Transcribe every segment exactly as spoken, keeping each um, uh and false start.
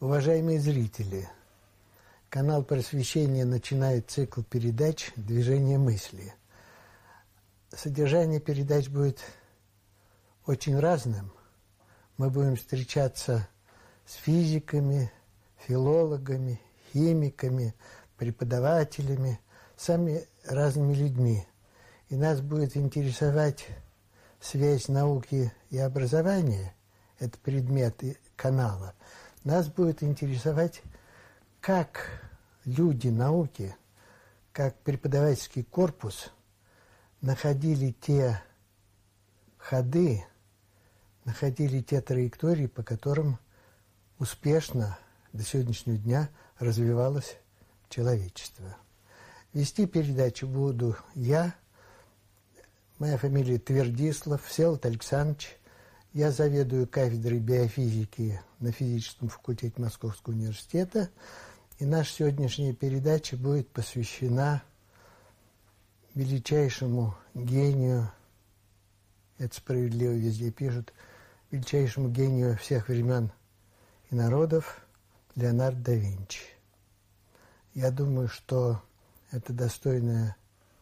Уважаемые зрители, канал «Просвещение» начинает цикл передач «Движение мысли». Содержание передач будет очень разным. Мы будем встречаться с физиками, филологами, химиками, преподавателями, самыми разными людьми. И нас будет интересовать связь науки и образования, это предметы канала. Нас будет интересовать, как люди науки, как преподавательский корпус находили те ходы, находили те траектории, по которым успешно до сегодняшнего дня развивалось человечество. Вести передачу буду я, моя фамилия Твердислав, Всеволод Александрович. Я заведую кафедрой биофизики на физическом факультете Московского университета. И наша сегодняшняя передача будет посвящена величайшему гению, это справедливо везде пишут, величайшему гению всех времен и народов Леонардо да Винчи. Я думаю, что это достойное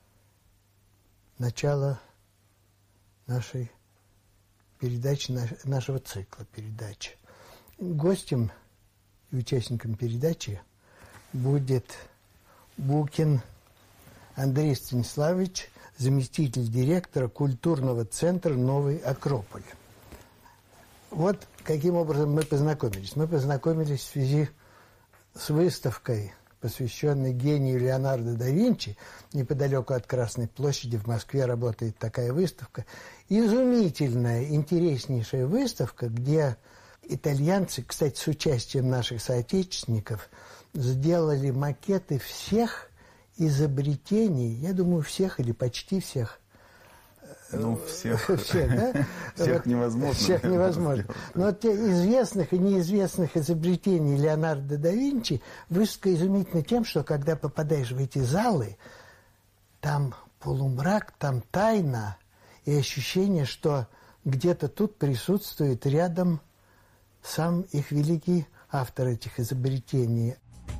начало нашей передачи, нашего цикла передач. Гостем и участником передачи будет Букин Андрей Станиславович, заместитель директора культурного центра «Новый Акрополь». Вот каким образом мы познакомились. Мы познакомились в связи с выставкой, посвященной гению Леонардо да Винчи. Неподалеку от Красной площади в Москве работает такая выставка. Изумительная, интереснейшая выставка, где итальянцы, кстати, с участием наших соотечественников, сделали макеты всех изобретений, я думаю, всех или почти всех. Ну, всех, всех, да? всех вот, невозможно. Всех невозможно. Но вот те известных и неизвестных изобретений Леонардо да Винчи выставка изумительна тем, что когда попадаешь в эти залы, там полумрак, там тайна и ощущение, что где-то тут присутствует рядом сам их великий автор этих изобретений.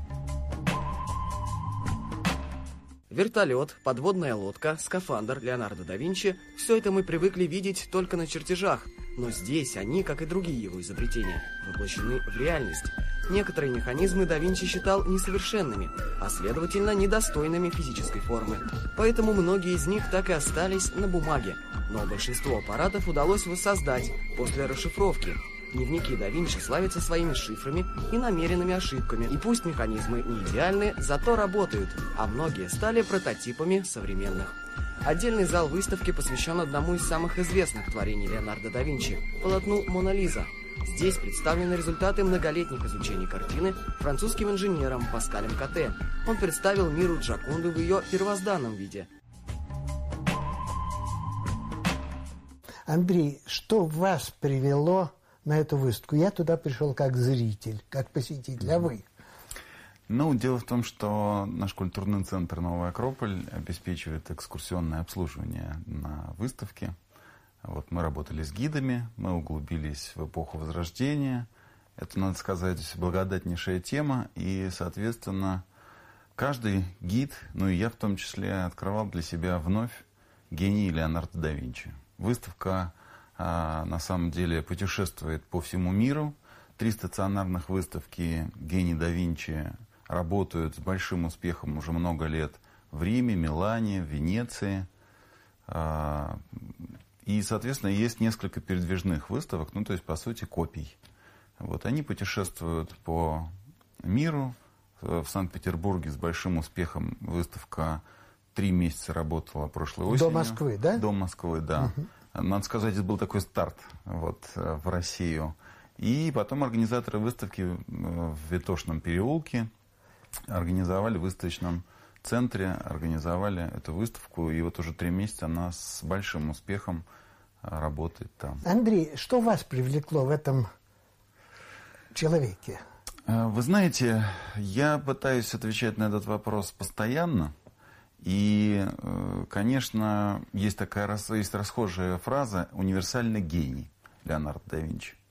Вертолет, подводная лодка, скафандр Леонардо да Винчи – все это мы привыкли видеть только на чертежах. Но здесь они, как и другие его изобретения, воплощены в реальность. Некоторые механизмы да Винчи считал несовершенными, а следовательно недостойными физической формы. Поэтому многие из них так и остались на бумаге. Но большинство аппаратов удалось воссоздать после расшифровки. Дневники да Винчи славятся своими шифрами и намеренными ошибками. И пусть механизмы не идеальны, зато работают, а многие стали прототипами современных. Отдельный зал выставки посвящен одному из самых известных творений Леонардо да Винчи – полотну «Мона Лиза». Здесь представлены результаты многолетних изучений картины французским инженером Паскалем Котте. Он представил миру Джоконду в ее первозданном виде. Андрей, что вас привело на эту выставку? Я туда пришел как зритель, как посетитель, а вы? Ну, дело в том, что наш культурный центр «Новый Акрополь» обеспечивает экскурсионное обслуживание на выставке. Вот мы работали с гидами, мы углубились в эпоху Возрождения. Это, надо сказать, благодатнейшая тема. И, соответственно, каждый гид, ну и я в том числе, открывал для себя вновь гений Леонардо да Винчи. Выставка на самом деле путешествует по всему миру. Три стационарных выставки «Гений да Винчи» работают с большим успехом уже много лет в Риме, Милане, Венеции. И, соответственно, есть несколько передвижных выставок, ну, то есть, по сути, копий. Вот, они путешествуют по миру. В Санкт-Петербурге с большим успехом выставка три месяца работала прошлой осенью. До Москвы, да? До Москвы, да. Угу. Надо сказать, это был такой старт вот, в Россию. И потом организаторы выставки в Ветошном переулке организовали в выставочном центре, организовали эту выставку. И вот уже три месяца она с большим успехом работает там. Андрей, что вас привлекло в этом человеке? Вы знаете, я пытаюсь отвечать на этот вопрос постоянно. И, конечно, есть такая есть расхожая фраза «универсальный гений» Леонардо да Винчи.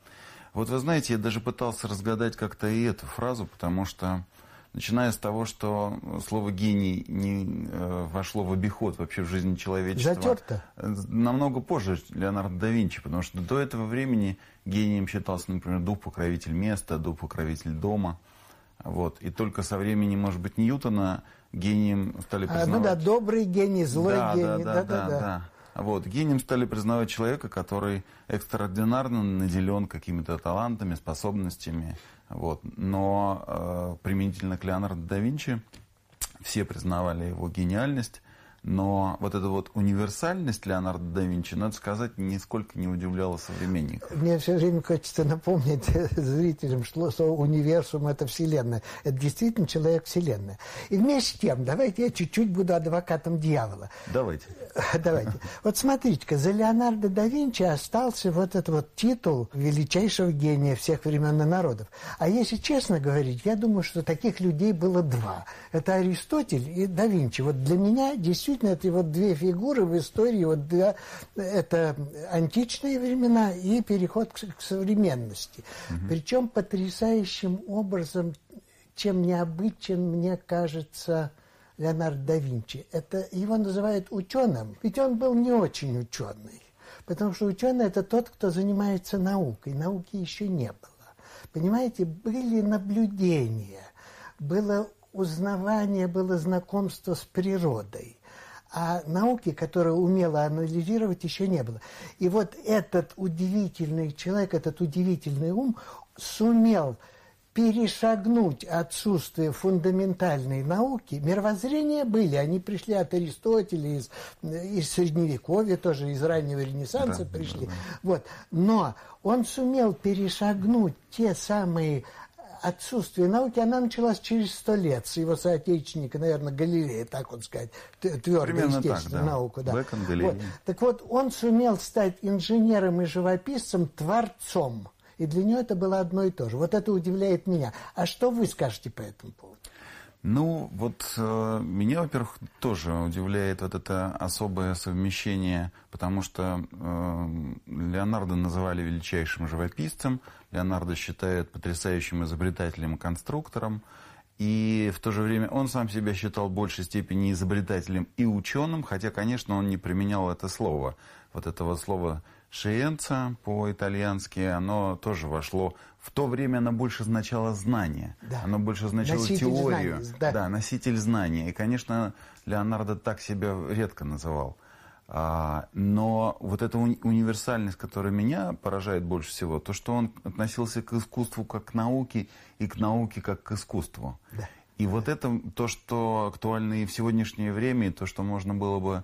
Вот вы знаете, я даже пытался разгадать как-то и эту фразу, потому что, начиная с того, что слово «гений» не э, вошло в обиход вообще в жизни человечества. Затерто. Намного позже Леонардо да Винчи, потому что до этого времени гением считался, например, дух-покровитель места, дух-покровитель дома. Вот. И только со времени, может быть, Ньютона гением стали признавать... А, ну да, добрый гений, злой да, гений. Да, да, да, да, да. Вот. Гением стали признавать человека, который экстраординарно наделен какими-то талантами, способностями. Вот. Но э, применительно к Леонардо да Винчи все признавали его гениальность. Но вот эта вот универсальность Леонардо да Винчи, надо сказать, нисколько не удивляла современников. Мне все время хочется напомнить зрителям, что слово «универсум» — это Вселенная. Это действительно человек-Вселенная. И вместе с тем, давайте я чуть-чуть буду адвокатом дьявола. Давайте. Давайте. Вот смотрите-ка, за Леонардо да Винчи остался вот этот вот титул величайшего гения всех времен и народов. А если честно говорить, я думаю, что таких людей было два. Это Аристотель и да Винчи. Вот для меня действительно Действительно, это вот две фигуры в истории, вот для, это античные времена и переход к, к современности. Угу. Причем потрясающим образом, чем необычен, мне кажется, Леонардо да Винчи. Это его называют ученым, ведь он был не очень ученый, потому что ученый — это тот, кто занимается наукой. Науки еще не было. Понимаете, были наблюдения, было узнавание, было знакомство с природой. А науки, которая умела анализировать, еще не было. И вот этот удивительный человек, этот удивительный ум сумел перешагнуть отсутствие фундаментальной науки. Мировоззрения были, они пришли от Аристотеля, из, из Средневековья, тоже из раннего Ренессанса да, пришли. Да, да. Вот. Но он сумел перешагнуть те самые... Отсутствие науки, она началась через сто лет с его соотечественника, наверное, Галилея, так он сказать, твердую естественную да. науку. Да. Вот. Так вот, он сумел стать инженером и живописцем, творцом. И для него это было одно и то же. Вот это удивляет меня. А что вы скажете по этому поводу? Ну, вот э, меня, во-первых, тоже удивляет вот это особое совмещение, потому что э, Леонардо называли величайшим живописцем, Леонардо считают потрясающим изобретателем и конструктором, и в то же время он сам себя считал в большей степени изобретателем и ученым, хотя, конечно, он не применял это слово. Вот это вот слово «шиенца» по-итальянски, оно тоже вошло. В то время оно больше означало знание, да. Оно больше означало носитель теорию. Знаний, да. да, носитель знания. И, конечно, Леонардо так себя редко называл. А, но вот эта уни- универсальность, которая меня поражает больше всего, то, что он относился к искусству как к науке и к науке как к искусству. Да. И да. вот это то, что актуально и в сегодняшнее время, и то, что можно было бы,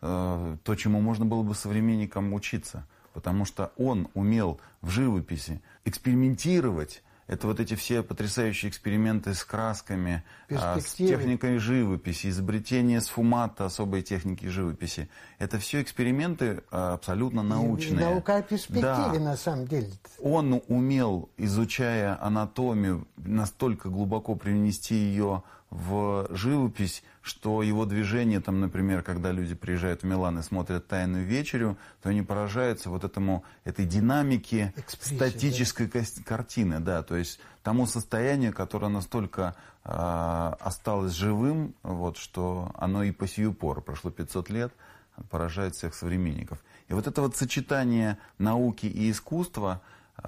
э, то, чему можно было бы современникам учиться. Потому что он умел в живописи экспериментировать. Это вот эти все потрясающие эксперименты с красками, с техникой живописи, изобретение сфумата, особой техники живописи. Это все эксперименты абсолютно научные. И наука о перспективе, да. на самом деле. Он умел, изучая анатомию, настолько глубоко привнести ее в живопись, что его движение, там, например, когда люди приезжают в Милан и смотрят «Тайную вечерю», то они поражаются вот этому, этой динамике статической да. картины, да, то есть тому состоянию, которое настолько э, осталось живым, вот, что оно и по сию пору, прошло пятьсот лет, поражает всех современников. И вот это вот сочетание науки и искусства,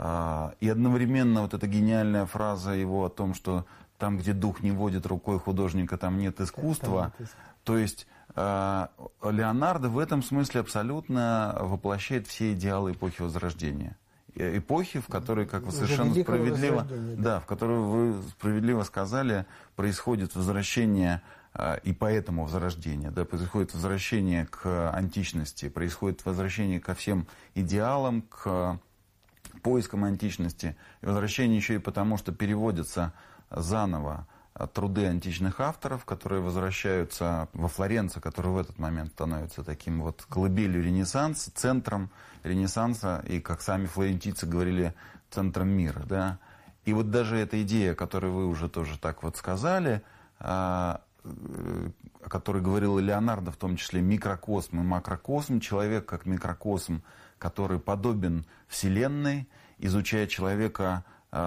э, и одновременно вот эта гениальная фраза его о том, что там, где дух не водит рукой художника, там нет искусства. Там нет. То есть э, Леонардо в этом смысле абсолютно воплощает все идеалы эпохи Возрождения. Эпохи, в которой, как вы совершенно справедливо, да. Да, в которой вы справедливо сказали, происходит возвращение, э, и поэтому возрождение, да, происходит возвращение к античности, происходит возвращение ко всем идеалам, к поискам античности. И возвращение еще и потому, что переводятся заново труды античных авторов, которые возвращаются во Флоренцию, который в этот момент становится таким вот колыбелью Ренессанса, центром Ренессанса, и, как сами флорентийцы говорили, центром мира. Да? И вот даже эта идея, которую вы уже тоже так вот сказали, о которой говорил Леонардо, в том числе микрокосм и макрокосм, человек как микрокосм, который подобен Вселенной, изучая человека,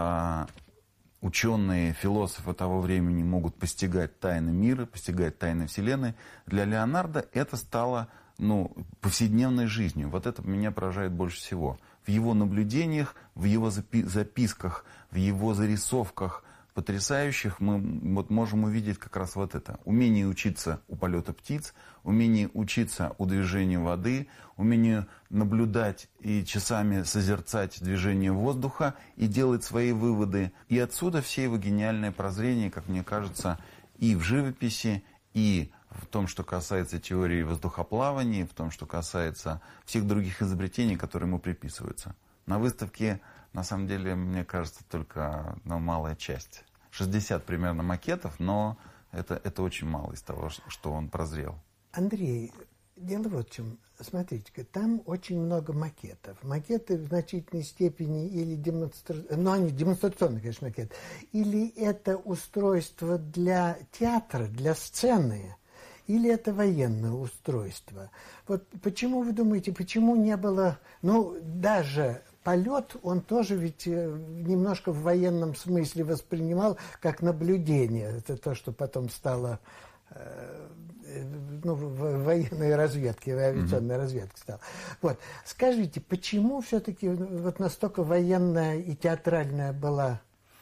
ученые, философы того времени могут постигать тайны мира, постигать тайны Вселенной. Для Леонардо это стало, ну, повседневной жизнью. Вот это меня поражает больше всего. В его наблюдениях, в его запи- записках, в его зарисовках потрясающих мы вот можем увидеть как раз вот это. Умение учиться у полета птиц, умение учиться у движения воды, умение наблюдать и часами созерцать движение воздуха и делать свои выводы. И отсюда все его гениальное прозрение, как мне кажется, и в живописи, и в том, что касается теории воздухоплавания, в том, что касается всех других изобретений, которые ему приписываются. На выставке, на самом деле, мне кажется, только, ну, малая часть. шестьдесят примерно макетов, но это, это очень мало из того, что он прозрел. Андрей, дело вот в чем. Смотрите-ка, там очень много макетов. Макеты в значительной степени или демонстрационные, ну, они демонстрационные, конечно, макеты, или это устройство для театра, для сцены, или это военное устройство. Вот почему вы думаете, почему не было, ну, даже полет, он тоже ведь немножко в военном смысле воспринимал как наблюдение. Это то, что потом стало, э, ну, в военной разведке, в авиационной mm-hmm. разведке стало. Вот. Скажите, почему все-таки вот настолько военная и театральная была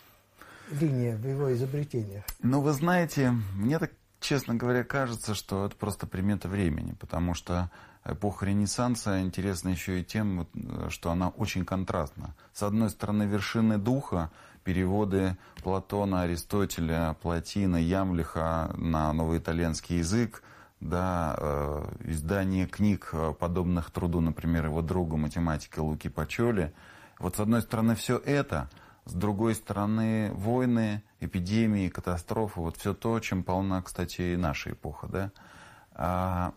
линия в его изобретениях? Ну, вы знаете, мне так, честно говоря, кажется, что это просто примета времени, потому что эпоха Ренессанса интересна еще и тем, что она очень контрастна. С одной стороны, вершины духа, переводы Платона, Аристотеля, Платина, Ямлиха на новоитальянский язык, да, э, издание книг, подобных труду, например, его друга, математика Луки Пачоли. Вот с одной стороны все это, с другой стороны войны, эпидемии, катастрофы, вот все то, чем полна, кстати, и наша эпоха, да. А,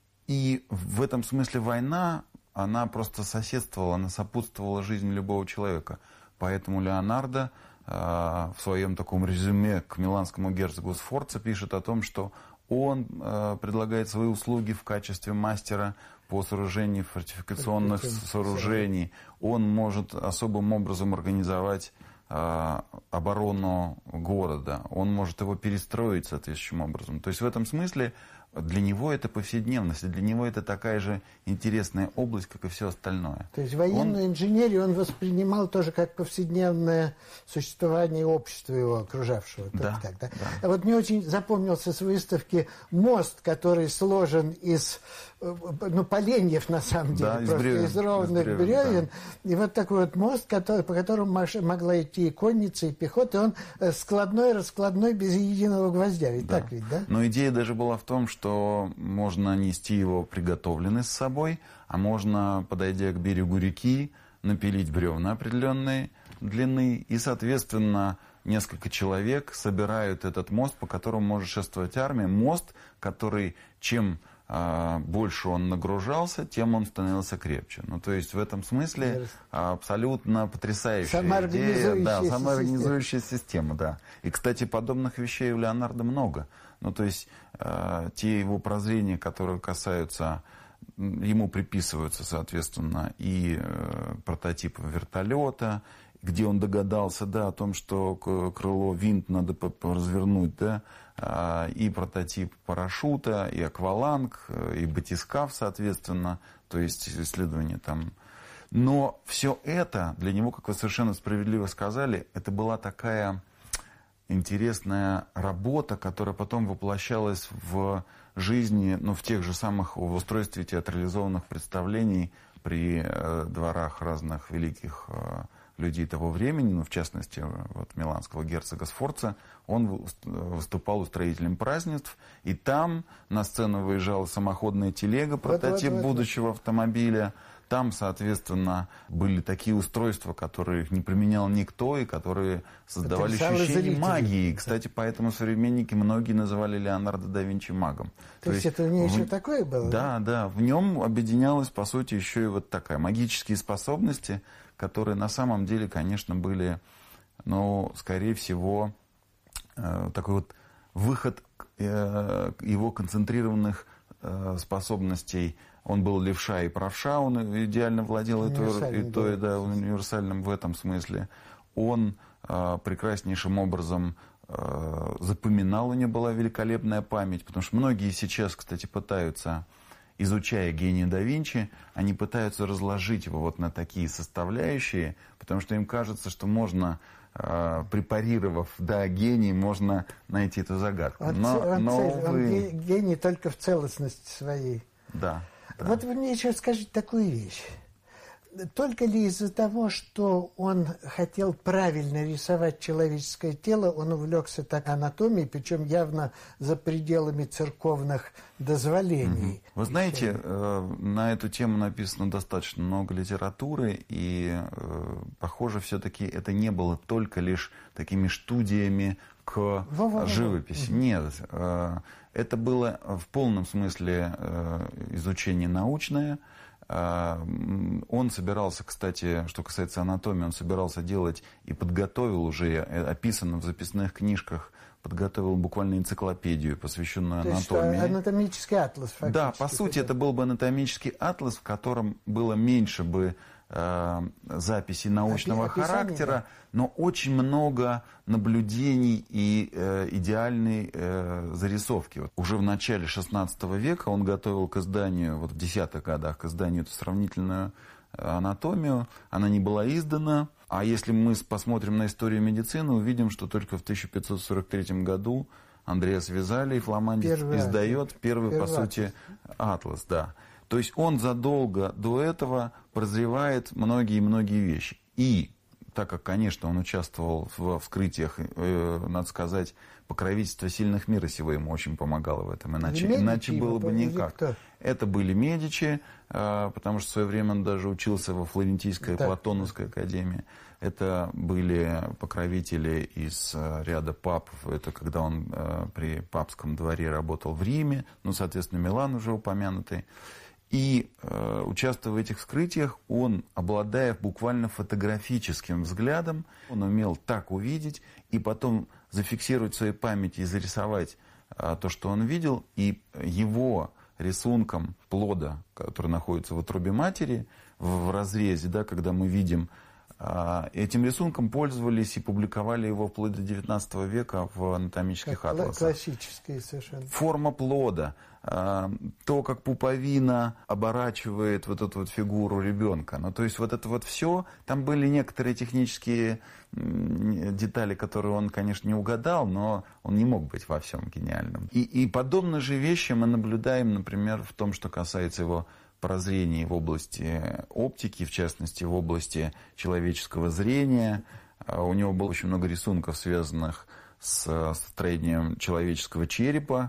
и в этом смысле война, она просто соседствовала, она сопутствовала жизни любого человека. Поэтому Леонардо э, в своем таком резюме к миланскому герцогу Сфорца пишет о том, что он э, предлагает свои услуги в качестве мастера по сооружению фортификационных сооружений. Он может особым образом организовать э, оборону города. Он может его перестроить соответствующим образом. То есть в этом смысле для него это повседневность, и для него это такая же интересная область, как и все остальное. То есть военную он... инженерию он воспринимал тоже как повседневное существование общества его окружавшего. Да, так, да? Да. А вот мне очень запомнился с выставки мост, который сложен из, ну, поленьев, на самом деле, да, из просто бревен, из ровных из бревен, бревен. Да. И вот такой вот мост, который, по которому могла идти и конница, и пехота, и он складной, раскладной, без единого гвоздя. Ведь да. так ведь, да? Но идея даже была в том, что что можно нести его приготовленный с собой, а можно, подойдя к берегу реки, напилить бревна определенной длины, и, соответственно, несколько человек собирают этот мост, по которому может шествовать армия. Мост, который, чем э, больше он нагружался, тем он становился крепче. Ну, то есть, в этом смысле абсолютно потрясающая идея. Да, самоорганизующая система. система, да. И, кстати, подобных вещей у Леонардо много. Ну, то есть, э, те его прозрения, которые касаются, ему приписываются, соответственно, и э, прототип вертолета, где он догадался, да, о том, что крыло, винт надо развернуть, да, э, и прототип парашюта, и акваланг, и батискаф, соответственно, то есть исследования там. Но все это для него, как вы совершенно справедливо сказали, это была такая интересная работа, которая потом воплощалась в жизни, ну, в тех же самых, в устройстве театрализованных представлений при э, дворах разных великих э, людей того времени, ну, в частности, вот, миланского герцога Сфорца. Он выступал устроителем празднеств, и там на сцену выезжала самоходная телега, прототип вот, вот, вот, будущего автомобиля. Там, соответственно, были такие устройства, которые не применял никто, и которые создавали ощущение магии. И, кстати, поэтому современники многие называли Леонардо да Винчи магом. То, То есть это у него в... еще такое было? Да, да. В нем объединялась, по сути, еще и вот такая магические способности, которые на самом деле, конечно, были, ну, скорее всего, э, такой вот выход э, его концентрированных э, способностей Он был левша и правша, он идеально владел и то, и то, и да, универсальным в этом смысле. Он э, прекраснейшим образом э, запоминал, у него была великолепная память, потому что многие сейчас, кстати, пытаются, изучая гения да Винчи, они пытаются разложить его вот на такие составляющие, потому что им кажется, что можно, э, препарировав да, гений, можно найти эту загадку. Он, но, он, но цель, вы... он гений только в целостности своей. Да. Да. Вот вы мне еще скажите такую вещь. Только ли из-за того, что он хотел правильно рисовать человеческое тело, он увлекся так анатомией, причем явно за пределами церковных дозволений? Вы знаете, э, на эту тему написано достаточно много литературы, и, э, похоже, все-таки это не было только лишь такими студиями к Во-во-во. живописи. Угу. Нет, э, это было в полном смысле э, изучение научное. Он собирался, кстати, что касается анатомии, он собирался делать и подготовил уже, описано в записных книжках, подготовил буквально энциклопедию, посвященную То анатомии. Есть, анатомический атлас, фактически. Да, по сути, это был бы анатомический атлас, в котором было меньше бы э, записей научного Опи- характера, да. но очень много наблюдений и э, идеальной э, зарисовки. Вот уже в начале шестнадцатого века он готовил к изданию, вот в десятых годах, к изданию эту сравнительную анатомию. Она не была издана. А если мы посмотрим на историю медицины, увидим, что только в тысяча пятьсот сорок третьем году Андреас Визалий, фламандец, первый издает первый, первый, по сути, атлас. Да. То есть он задолго до этого прозревает многие-многие вещи. И так как, конечно, он участвовал в вскрытиях, э, надо сказать, покровительство сильных мира сего ему очень помогало в этом. Иначе, Медичи, иначе было бы никак. Кто? Это были Медичи, э, потому что в свое время он даже учился во Флорентийской да. Платоновской академии. Это были покровители из ряда пап. Это когда он э, при папском дворе работал в Риме. Ну, соответственно, Милан уже упомянутый. И э, участвуя в этих вскрытиях, он, обладая буквально фотографическим взглядом, он умел так увидеть и потом зафиксировать в своей памяти и зарисовать э, то, что он видел. И его рисунком плода, который находится в утробе матери, в, в разрезе, да, когда мы видим, э, этим рисунком пользовались и публиковали его вплоть до девятнадцатого века в анатомических как атласах. Классические совершенно. Форма плода. То, как пуповина оборачивает вот эту вот фигуру ребенка. Ну, то есть вот это вот все, там были некоторые технические детали, которые он, конечно, не угадал, но он не мог быть во всем гениальным. И, и подобные же вещи мы наблюдаем, например, в том, что касается его прозрений в области оптики, в частности, в области человеческого зрения. У него было очень много рисунков, связанных с строением человеческого черепа.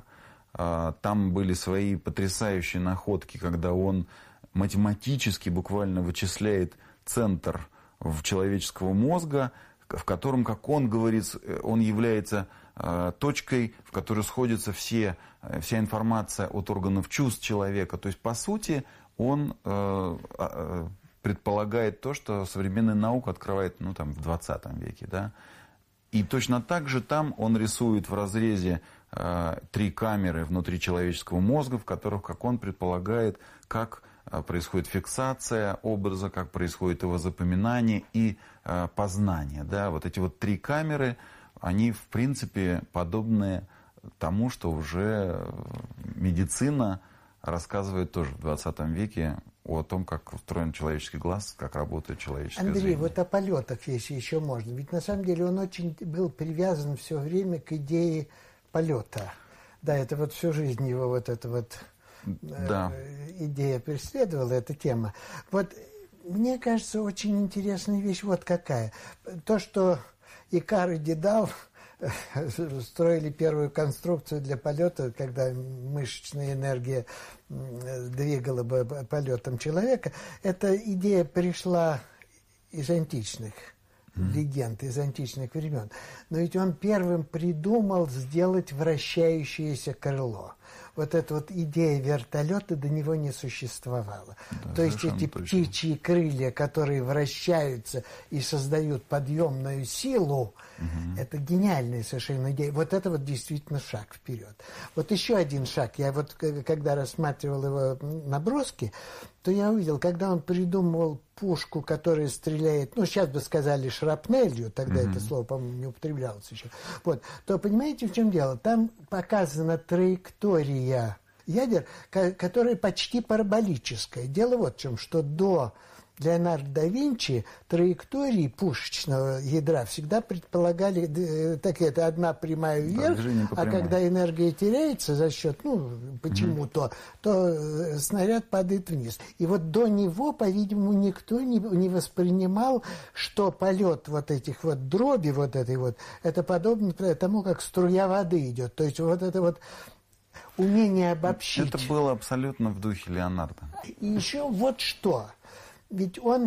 Там были свои потрясающие находки, когда он математически буквально вычисляет центр человеческого мозга, в котором, как он говорит, он является точкой, в которой сходятся все, вся информация от органов чувств человека. То есть, по сути, он предполагает то, что современная наука открывает, ну, там, в двадцатом веке, да. И точно так же там он рисует в разрезе э, три камеры внутри человеческого мозга, в которых, как он предполагает, как э, происходит фиксация образа, как происходит его запоминание и э, познание. Да? Вот эти вот три камеры, они в принципе подобны тому, что уже медицина рассказывает тоже в двадцатом веке о том, как устроен человеческий глаз, как работает человеческое Андрей, зрение. вот о полетах, если еще можно. Ведь на самом деле он очень был привязан все время к идее полета. Да, это вот всю жизнь его вот эта вот да. э, идея преследовала, эта тема. Вот мне кажется, очень интересная вещь вот какая. То, что Икар и Дедал строили первую конструкцию для полета, когда мышечная энергия двигала бы полетом человека. Эта идея пришла из античных mm. легенд, из античных времен. Но ведь он первым придумал сделать вращающееся крыло. вот эта вот идея вертолета до него не существовала. Да, то есть эти точно. Птичьи крылья, которые вращаются и создают подъемную силу, угу. это гениальная совершенно идея. Вот это вот действительно шаг вперед. Вот еще один шаг. Я вот когда рассматривал его наброски, то я увидел, когда он придумывал пушку, которая стреляет, ну, сейчас бы сказали шрапнелью, тогда mm-hmm. это слово, по-моему, не употреблялось еще, вот, то понимаете, в чем дело? Там показана траектория ядер, которая почти параболическая. Дело вот в чем, что до Леонардо да Винчи траектории пушечного ядра всегда предполагали, так это одна прямая вверх, а когда энергия теряется за счет, ну, почему-то, угу. то снаряд падает вниз. И вот до него, по-видимому, никто не, не воспринимал, что полет вот этих вот дроби, вот этой вот, это подобно тому, как струя воды идет. То есть вот это вот умение обобщить. Это было абсолютно в духе Леонардо. И еще вот что. Ведь он,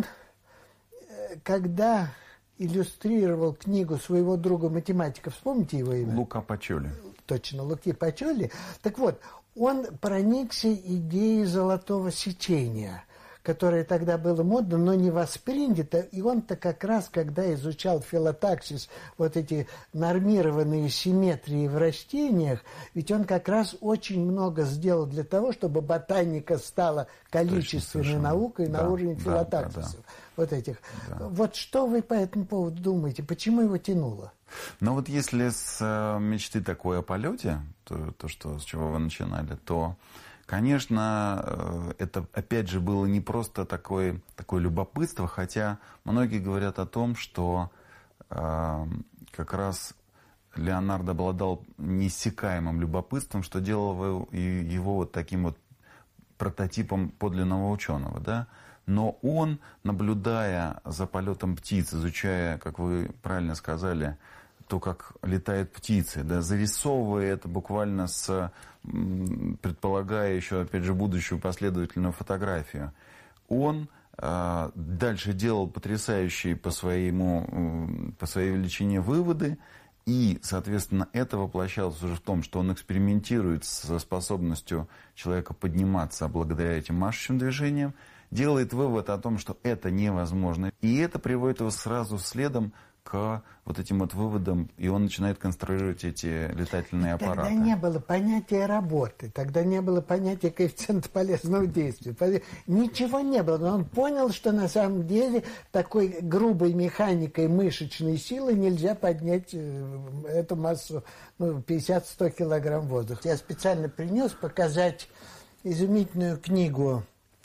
когда иллюстрировал книгу своего друга-математика, вспомните его имя? Лука Пачоли. Точно, Луки Пачоли. Так вот, он проникся идеей золотого сечения, которое тогда было модно, но не воспринято. И он-то как раз, когда изучал филотаксис, вот эти нормированные симметрии в растениях, ведь он как раз очень много сделал для того, чтобы ботаника стала количественной Точно, наукой да, на уровне да, филотаксисов. Да, да. Вот этих. Да. Вот что вы по этому поводу думаете? Почему его тянуло? Ну вот если с э, мечты такой о полете, то, то что, с чего вы начинали, то... Конечно, это, опять же, было не просто такое, такое любопытство, хотя многие говорят о том, что э, как раз Леонардо обладал неиссякаемым любопытством, что делало его вот таким вот прототипом подлинного ученого, да? Но он, наблюдая за полетом птиц, изучая, как вы правильно сказали, то, как летают птицы, да, зарисовывая это буквально с, предполагая еще, опять же, будущую последовательную фотографию, он э, дальше делал потрясающие по, своему, по своей величине выводы, и, соответственно, это воплощалось уже в том, что он экспериментирует со способностью человека подниматься благодаря этим машущим движениям, делает вывод о том, что это невозможно, и это приводит его сразу следом к вот этим вот выводам, и он начинает конструировать эти летательные аппараты. Тогда не было понятия работы, тогда не было понятия коэффициента полезного действия. Ничего не было, но он понял, что на самом деле такой грубой механикой мышечной силы нельзя поднять эту массу, ну, пятьдесят-сто килограмм воздуха. Я специально принес показать изумительную книгу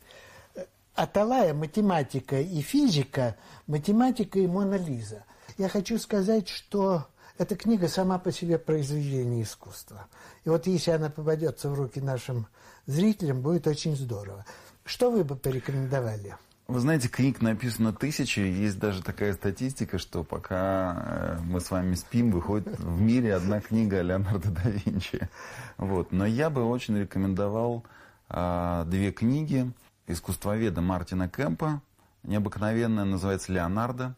Аталая «Математика и физика», «Математика и Мона Лиза». Я хочу сказать, что эта книга сама по себе произведение искусства. И вот если она попадется в руки нашим зрителям, будет очень здорово. Что вы бы порекомендовали? Вы знаете, книг написано тысячи. Есть даже такая статистика, что пока мы с вами спим, выходит в мире одна книга о Леонардо да Винчи. Вот. Но я бы очень рекомендовал а, две книги искусствоведа Мартина Кэмпа. Необыкновенная, называется «Леонардо».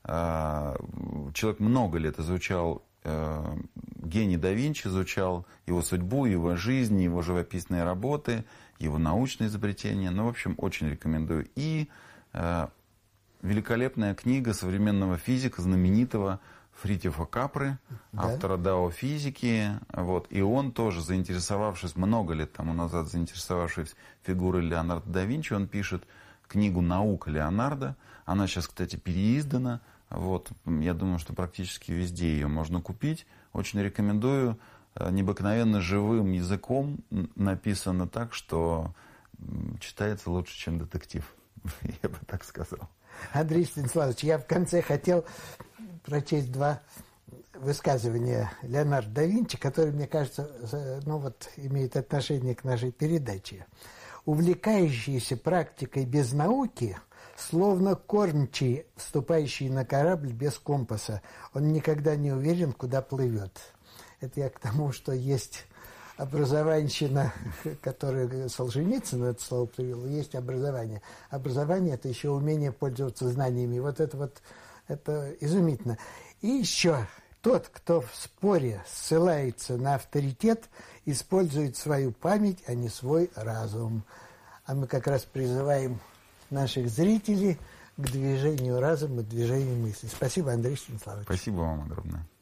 Человек много лет изучал э, гений да Винчи, изучал его судьбу, его жизнь, его живописные работы, его научные изобретения. Ну, в общем, очень рекомендую. И э, великолепная книга современного физика, знаменитого Фритьёфа Капры, да? Автора «Дао физики». Вот. И он тоже, заинтересовавшись, много лет тому назад, заинтересовавшись фигурой Леонардо да Винчи, он пишет книгу «Наука Леонардо». Она сейчас, кстати, переиздана. Вот. Я думаю, что практически везде ее можно купить. Очень рекомендую. Необыкновенно живым языком написано так, что читается лучше, чем детектив. Я бы так сказал. Андрей Станиславович, я в конце хотел прочесть два высказывания Леонардо да Винчи, которые, мне кажется, ну вот, имеют отношение к нашей передаче. Увлекающийся практикой без науки, словно кормчий, вступающий на корабль без компаса. Он никогда не уверен, куда плывет. Это я к тому, что есть образованщина, которую Солженицын это слово привел, есть образование. Образование – это еще умение пользоваться знаниями. Вот это вот, это изумительно. И еще, тот, кто в споре ссылается на авторитет, использует свою память, а не свой разум. А мы как раз призываем наших зрителей к движению разума, к движению мысли. Спасибо, Андрей Станиславович. Спасибо вам огромное.